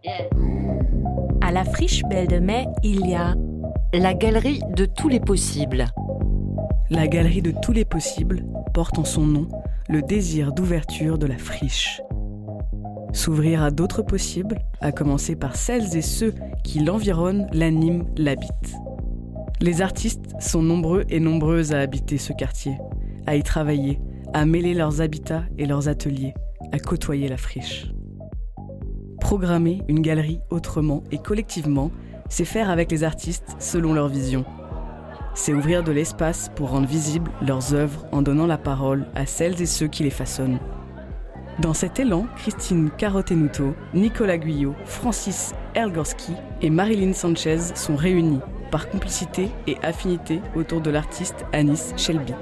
À la friche Belle de Mai, il y a la galerie de tous les possibles. La galerie de tous les possibles porte en son nom le désir d'ouverture de la friche. S'ouvrir à d'autres possibles, à commencer par celles et ceux qui l'environnent, l'animent, l'habitent. Les artistes sont nombreux et nombreuses à habiter ce quartier, à y travailler, à mêler leurs habitats et leurs ateliers, à côtoyer la friche. Programmer une galerie autrement et collectivement, c'est faire avec les artistes selon leur vision. C'est ouvrir de l'espace pour rendre visibles leurs œuvres en donnant la parole à celles et ceux qui les façonnent. Dans cet élan, Christine Carotenuto, Nicolas Guyot, Francis Ergorski et Marilyn Sanchez sont réunis par complicité et affinité autour de l'artiste Anis Shelby.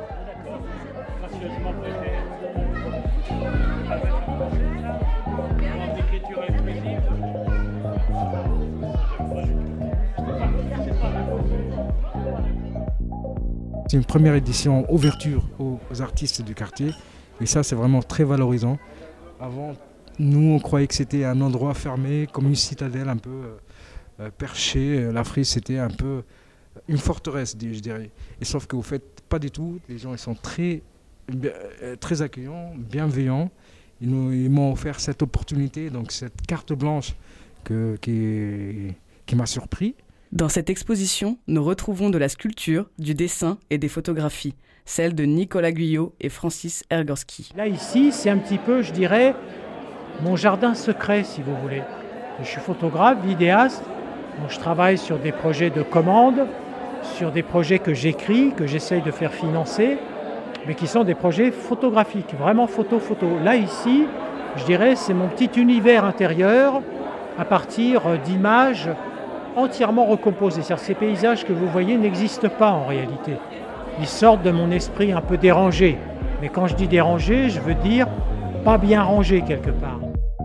C'est une première édition ouverture aux artistes du quartier et ça c'est vraiment très valorisant. Avant, nous on croyait que c'était un endroit fermé, comme une citadelle un peu perchée. La friche c'était un peu une forteresse, je dirais. Et sauf que vous faites pas du tout, les gens ils sont très accueillants, bienveillants. Ils m'ont offert cette opportunité, donc cette carte blanche qui m'a surpris. Dans cette exposition, nous retrouvons de la sculpture, du dessin et des photographies, celles de Nicolas Guyot et Francis Ergorski. Là, ici, c'est un petit peu, je dirais, mon jardin secret, si vous voulez. Je suis photographe, vidéaste, donc je travaille sur des projets de commande, sur des projets que j'écris, que j'essaye de faire financer, mais qui sont des projets photographiques, vraiment photo. Là, ici, je dirais, c'est mon petit univers intérieur à partir d'images entièrement recomposés. C'est-à-dire ces paysages que vous voyez n'existent pas en réalité. Ils sortent de mon esprit un peu dérangé. Mais quand je dis dérangé, je veux dire pas bien rangé quelque part.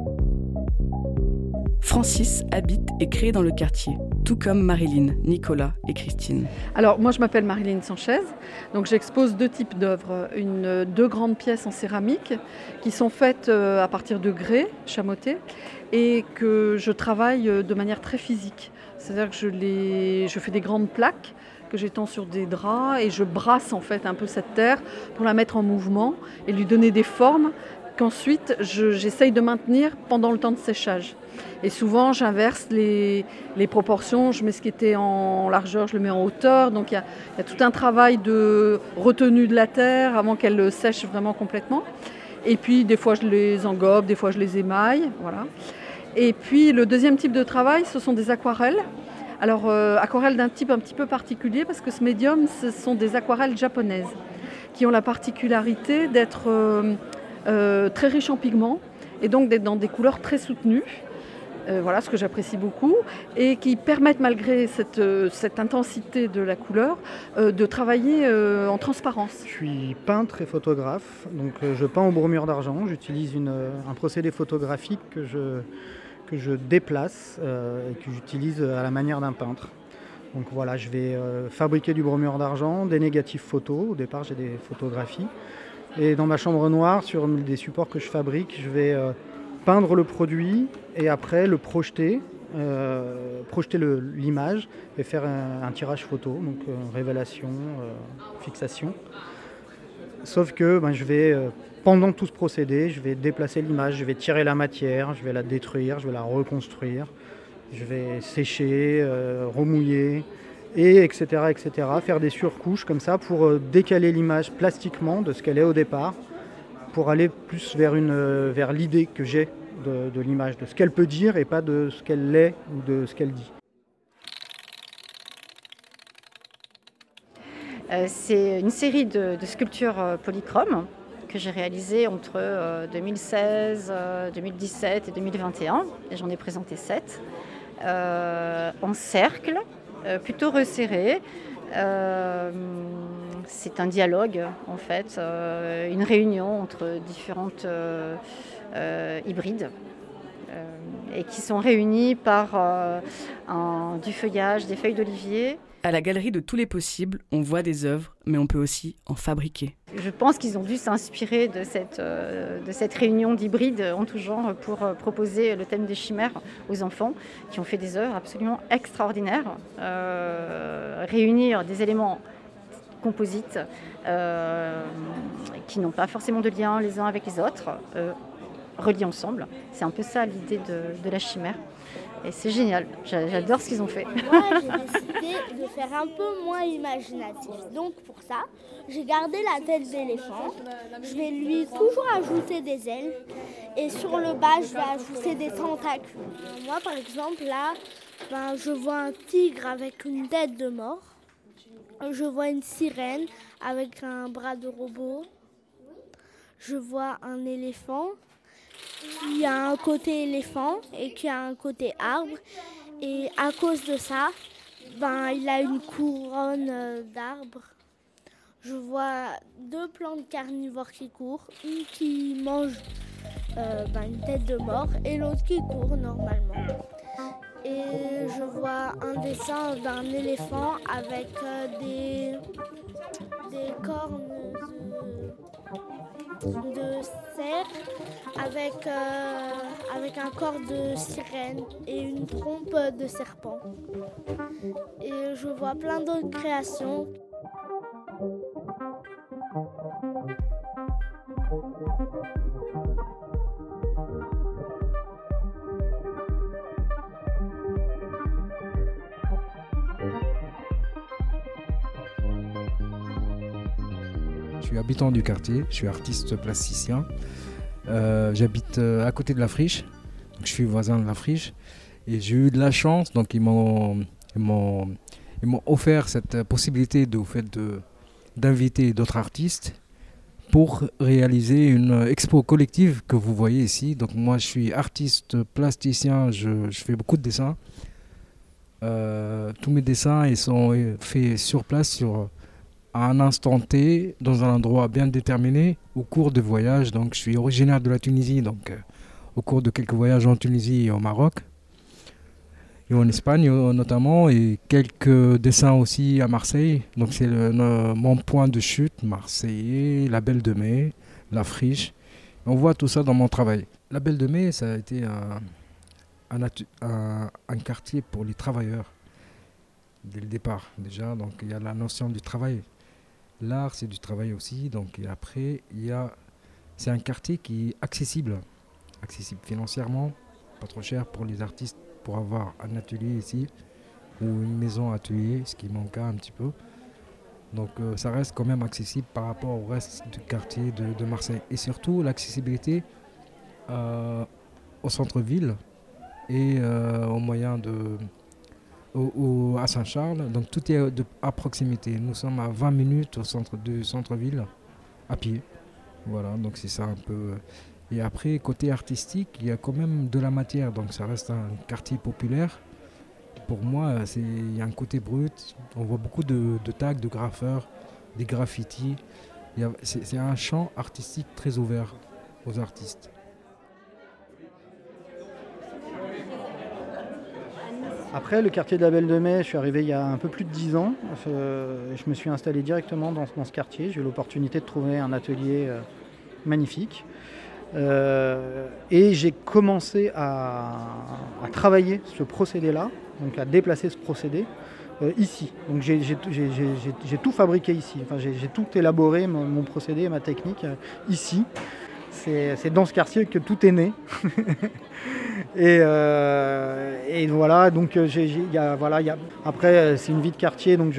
Francis habite et crée dans le quartier, tout comme Marilyn, Nicolas et Christine. Alors moi je m'appelle Marilyn Sanchez, donc j'expose deux types d'œuvres. Deux grandes pièces en céramique qui sont faites à partir de grès chamoté et que je travaille de manière très physique. C'est-à-dire que je fais des grandes plaques que j'étends sur des draps et je brasse en fait un peu cette terre pour la mettre en mouvement et lui donner des formes qu'ensuite j'essaye de maintenir pendant le temps de séchage. Et souvent j'inverse les proportions, je mets ce qui était en largeur, je le mets en hauteur. Donc il y a tout un travail de retenue de la terre avant qu'elle sèche vraiment complètement. Et puis des fois je les engobe, des fois je les émaille, voilà. Et puis le deuxième type de travail, ce sont des aquarelles. Alors aquarelles d'un type un petit peu particulier parce que ce médium, ce sont des aquarelles japonaises qui ont la particularité d'être très riches en pigments et donc d'être dans des couleurs très soutenues. Voilà ce que j'apprécie beaucoup et qui permettent malgré cette intensité de la couleur de travailler en transparence. Je suis peintre et photographe, donc je peins au bromure d'argent. J'utilise un procédé photographique que je déplace et que j'utilise à la manière d'un peintre. Donc voilà, je vais fabriquer du bromure d'argent, des négatifs photos. Au départ, j'ai des photographies. Et dans ma chambre noire, sur des supports que je fabrique, je vais peindre le produit et après le projeter l'image et faire un tirage photo, donc révélation, fixation. Sauf que je vais, pendant tout ce procédé, je vais déplacer l'image, je vais tirer la matière, je vais la détruire, je vais la reconstruire, je vais sécher, remouiller, et etc., faire des surcouches comme ça pour décaler l'image plastiquement de ce qu'elle est au départ, pour aller plus vers l'idée que j'ai de l'image, de ce qu'elle peut dire et pas de ce qu'elle est ou de ce qu'elle dit. C'est une série de sculptures polychromes que j'ai réalisées entre 2016, 2017 et 2021. Et j'en ai présenté 7 en cercle, plutôt resserré. C'est un dialogue en fait, une réunion entre différentes hybrides et qui sont réunis par du feuillage, des feuilles d'olivier À la galerie de tous les possibles, on voit des œuvres, mais on peut aussi en fabriquer. Je pense qu'ils ont dû s'inspirer de cette réunion d'hybrides en tout genre pour proposer le thème des chimères aux enfants qui ont fait des œuvres absolument extraordinaires. Réunir des éléments composites qui n'ont pas forcément de lien les uns avec les autres, reliés ensemble. C'est un peu ça l'idée de la chimère. Et c'est génial, j'adore ce qu'ils ont fait. Moi, j'ai décidé de faire un peu moins imaginatif. Donc pour ça, j'ai gardé la tête d'éléphant. Je vais lui toujours ajouter des ailes. Et sur le bas, je vais ajouter des tentacules. Moi, par exemple, là, je vois un tigre avec une tête de mort. Je vois une sirène avec un bras de robot. Je vois un éléphant qui a un côté éléphant et qui a un côté arbre. Et à cause de ça, il a une couronne d'arbres. Je vois 2 plantes carnivores qui courent, une qui mange une tête de mort et l'autre qui court normalement. Et je vois un dessin d'un éléphant avec des cornes de cerf avec un corps de sirène et une trompe de serpent. Et je vois plein d'autres créations. Je suis habitant du quartier, je suis artiste plasticien. J'habite à côté de la friche, donc je suis voisin de la friche. Et j'ai eu de la chance, donc ils m'ont offert cette possibilité d'inviter d'autres artistes pour réaliser une expo collective que vous voyez ici. Donc moi je suis artiste plasticien, je fais beaucoup de dessins. Tous mes dessins ils sont faits sur place, à un instant T, dans un endroit bien déterminé, au cours de voyages. Donc, je suis originaire de la Tunisie, donc au cours de quelques voyages en Tunisie et au Maroc, et en Espagne notamment, et quelques dessins aussi à Marseille. Donc, c'est mon point de chute, Marseillais, la Belle de Mai, la Friche. On voit tout ça dans mon travail. La Belle de Mai, ça a été un quartier pour les travailleurs, dès le départ déjà. Donc, il y a la notion du travail. L'art, c'est du travail aussi. Donc, et après, c'est un quartier qui est accessible financièrement, pas trop cher pour les artistes pour avoir un atelier ici ou une maison atelier, ce qui manque un petit peu. Donc, ça reste quand même accessible par rapport au reste du quartier de Marseille. Et surtout, l'accessibilité au centre-ville et au moyen à Saint-Charles, donc tout est à proximité. Nous sommes à 20 minutes du centre-ville à pied. Voilà, donc c'est ça un peu. Et après, côté artistique, il y a quand même de la matière, donc ça reste un quartier populaire. Pour moi, il y a un côté brut. On voit beaucoup de tags, de graffeurs, des graffitis. C'est un champ artistique très ouvert aux artistes. Après, le quartier de la Belle de Mai, je suis arrivé il y a un peu plus de 10 ans. Je me suis installé directement dans ce quartier. J'ai eu l'opportunité de trouver un atelier magnifique. Et j'ai commencé à travailler ce procédé-là, donc à déplacer ce procédé ici. Donc j'ai tout fabriqué ici. Enfin, j'ai tout élaboré, mon procédé, ma technique ici. C'est dans ce quartier que tout est né. Et voilà, donc après c'est une vie de quartier, donc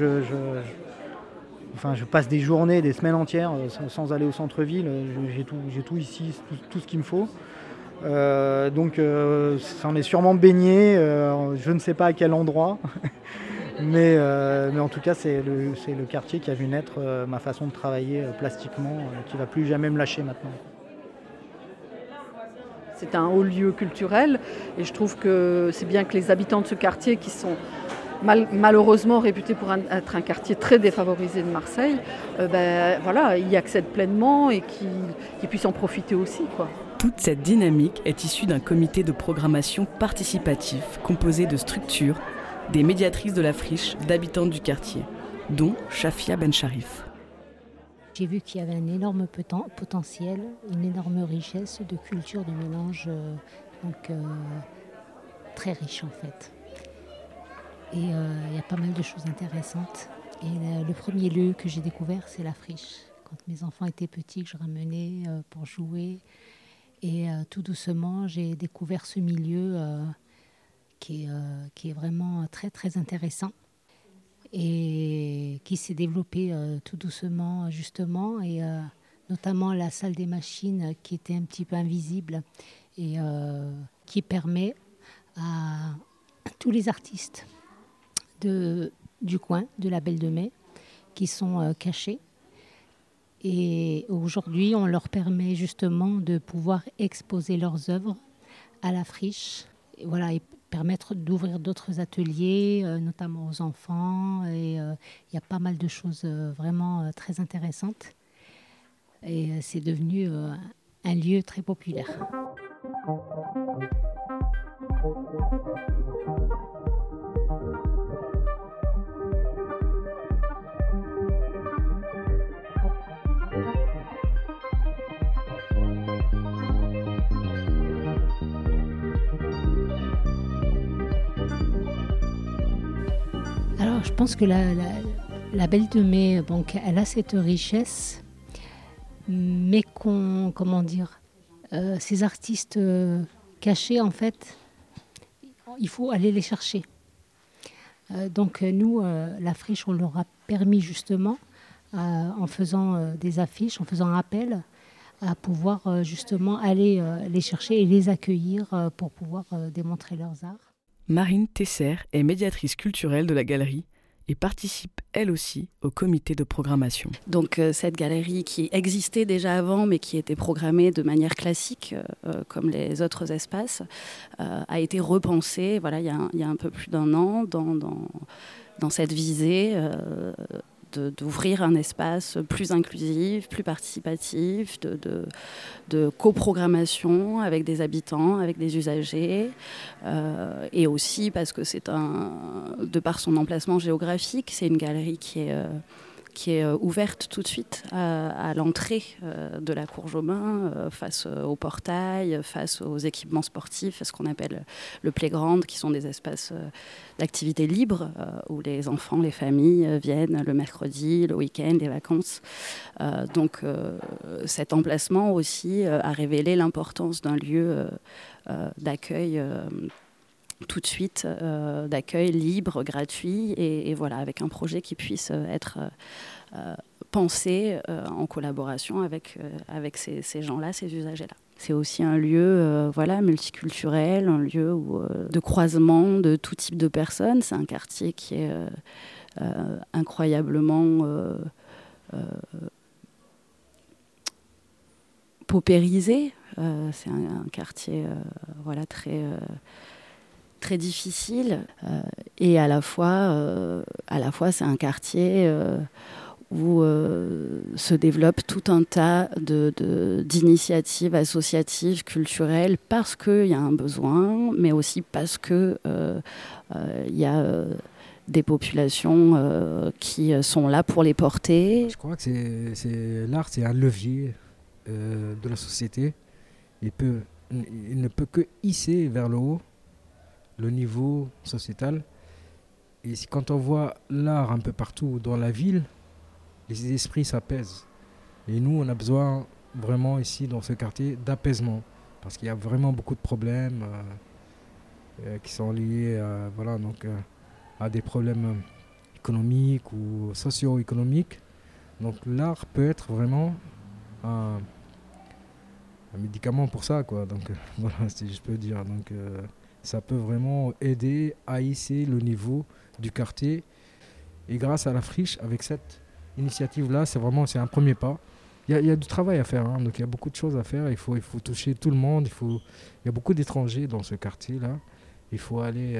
je passe des journées, des semaines entières sans aller au centre-ville. J'ai tout ici, tout ce qu'il me faut. Donc ça en est sûrement baigné, je ne sais pas à quel endroit. mais en tout cas, c'est le quartier qui a vu naître ma façon de travailler plastiquement, qui ne va plus jamais me lâcher maintenant. C'est un haut lieu culturel et je trouve que c'est bien que les habitants de ce quartier, qui sont malheureusement réputés pour être un quartier très défavorisé de Marseille, y accèdent pleinement et qu'ils puissent en profiter aussi, quoi. Toute cette dynamique est issue d'un comité de programmation participatif composé de structures, des médiatrices de la friche, d'habitantes du quartier, dont Shafia Bencharif. J'ai vu qu'il y avait un énorme potentiel, une énorme richesse de culture, de mélange, très riche en fait. Et il y a pas mal de choses intéressantes. Et le premier lieu que j'ai découvert, c'est la friche. Quand mes enfants étaient petits, que je ramenais pour jouer. Et tout doucement, j'ai découvert ce milieu qui est vraiment très très intéressant. Et qui s'est développé tout doucement justement, et notamment la salle des machines qui était un petit peu invisible et qui permet à tous les artistes du coin, de la Belle de Mai, qui sont cachés. Et aujourd'hui, on leur permet justement de pouvoir exposer leurs œuvres à la friche. Et voilà, et permettre d'ouvrir d'autres ateliers, notamment aux enfants. Et il y a pas mal de choses vraiment très intéressantes. Et c'est devenu un lieu très populaire. Alors, je pense que la Belle de Mai, donc, elle a cette richesse, mais ces artistes cachés, en fait, il faut aller les chercher. Donc, nous, la friche, on leur a permis justement, en faisant des affiches, en faisant appel, à pouvoir justement aller les chercher et les accueillir pour pouvoir démontrer leurs arts. Marine Tesser est médiatrice culturelle de la galerie et participe elle aussi au comité de programmation. Donc cette galerie qui existait déjà avant mais qui était programmée de manière classique comme les autres espaces a été repensée il y a un peu plus d'un an dans cette visée d'ouvrir un espace plus inclusif, plus participatif, de coprogrammation avec des habitants, avec des usagers, et aussi parce que de par son emplacement géographique, c'est une galerie qui est ouverte tout de suite à l'entrée de la cour Jobin, face au portail, face aux équipements sportifs, à ce qu'on appelle le playground, qui sont des espaces d'activité libre où les enfants, les familles viennent le mercredi, le week-end, les vacances. Donc cet emplacement aussi a révélé l'importance d'un lieu d'accueil tout de suite, d'accueil libre, gratuit, et voilà, avec un projet qui puisse être pensé en collaboration avec ces gens-là, ces usagers-là. C'est aussi un lieu multiculturel, un lieu de croisement de tout type de personnes. C'est un quartier qui est incroyablement paupérisé. C'est un quartier très difficile, et à la fois c'est un quartier où se développe tout un tas d'initiatives associatives, culturelles, parce qu'il y a un besoin, mais aussi parce qu'il y a des populations qui sont là pour les porter. Je crois que l'art, c'est un levier de la société. Il ne peut que hisser vers le haut le niveau sociétal. Et quand on voit l'art un peu partout dans la ville, les esprits s'apaisent. Et nous, on a besoin vraiment ici, dans ce quartier, d'apaisement. Parce qu'il y a vraiment beaucoup de problèmes qui sont liés à des problèmes économiques ou socio-économiques. Donc l'art peut être vraiment un médicament pour ça, quoi. Donc voilà, si je peux dire. Donc ça peut vraiment aider à hisser le niveau du quartier. Et grâce à la friche, avec cette initiative-là, c'est un premier pas. Il y a du travail à faire, hein. Donc il y a beaucoup de choses à faire. Il faut toucher tout le monde. Il y a beaucoup d'étrangers dans ce quartier-là. Il faut aller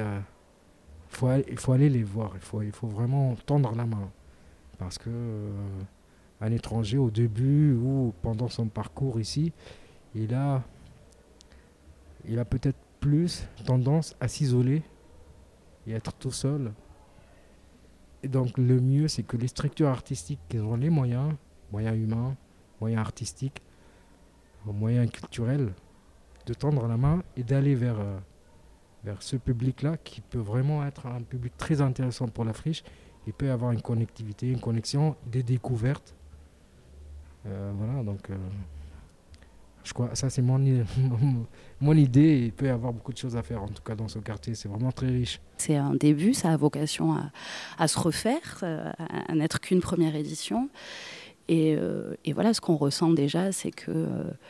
les voir. Il faut vraiment tendre la main. Parce que un étranger, au début ou pendant son parcours ici, il a peut-être plus tendance à s'isoler et être tout seul. Et donc le mieux, c'est que les structures artistiques qui ont les moyens humains, moyens artistiques, moyens culturels, de tendre la main et d'aller vers ce public-là qui peut vraiment être un public très intéressant pour la friche. Il peut y avoir une connectivité, une connexion, des découvertes. Voilà, donc je crois ça c'est mon idée. Il peut y avoir beaucoup de choses à faire, en tout cas dans ce quartier. C'est vraiment très riche. C'est un début, ça a vocation à se refaire, à n'être qu'une première édition. Et voilà, ce qu'on ressent déjà, c'est que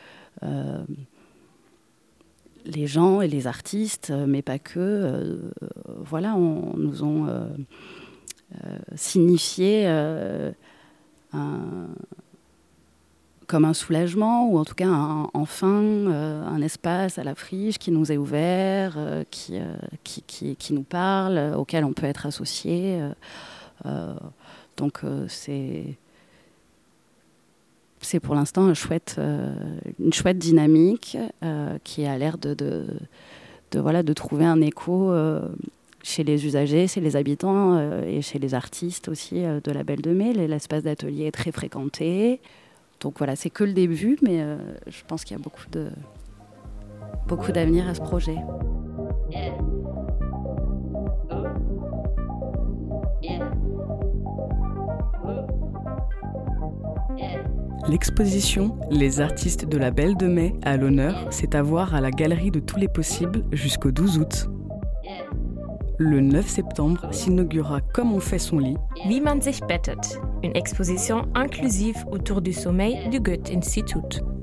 les gens et les artistes, mais pas que, voilà, nous ont signifié comme un soulagement, ou en tout cas un espace à la friche qui nous est ouvert, qui nous parle, auquel on peut être associé. Donc c'est pour l'instant une chouette dynamique qui a l'air de trouver un écho chez les usagers, chez les habitants et chez les artistes aussi de la Belle de Mai. L'espace d'atelier est très fréquenté. Donc voilà, c'est que le début, mais je pense qu'il y a beaucoup d'avenir à ce projet. L'exposition « Les artistes de la Belle de Mai à l'honneur », c'est à voir à la Galerie de tous les possibles jusqu'au 12 août. Le 9 septembre s'inaugurera Comme on fait son lit. Wie man sich bettet, une exposition inclusive autour du sommeil du Goethe-Institut.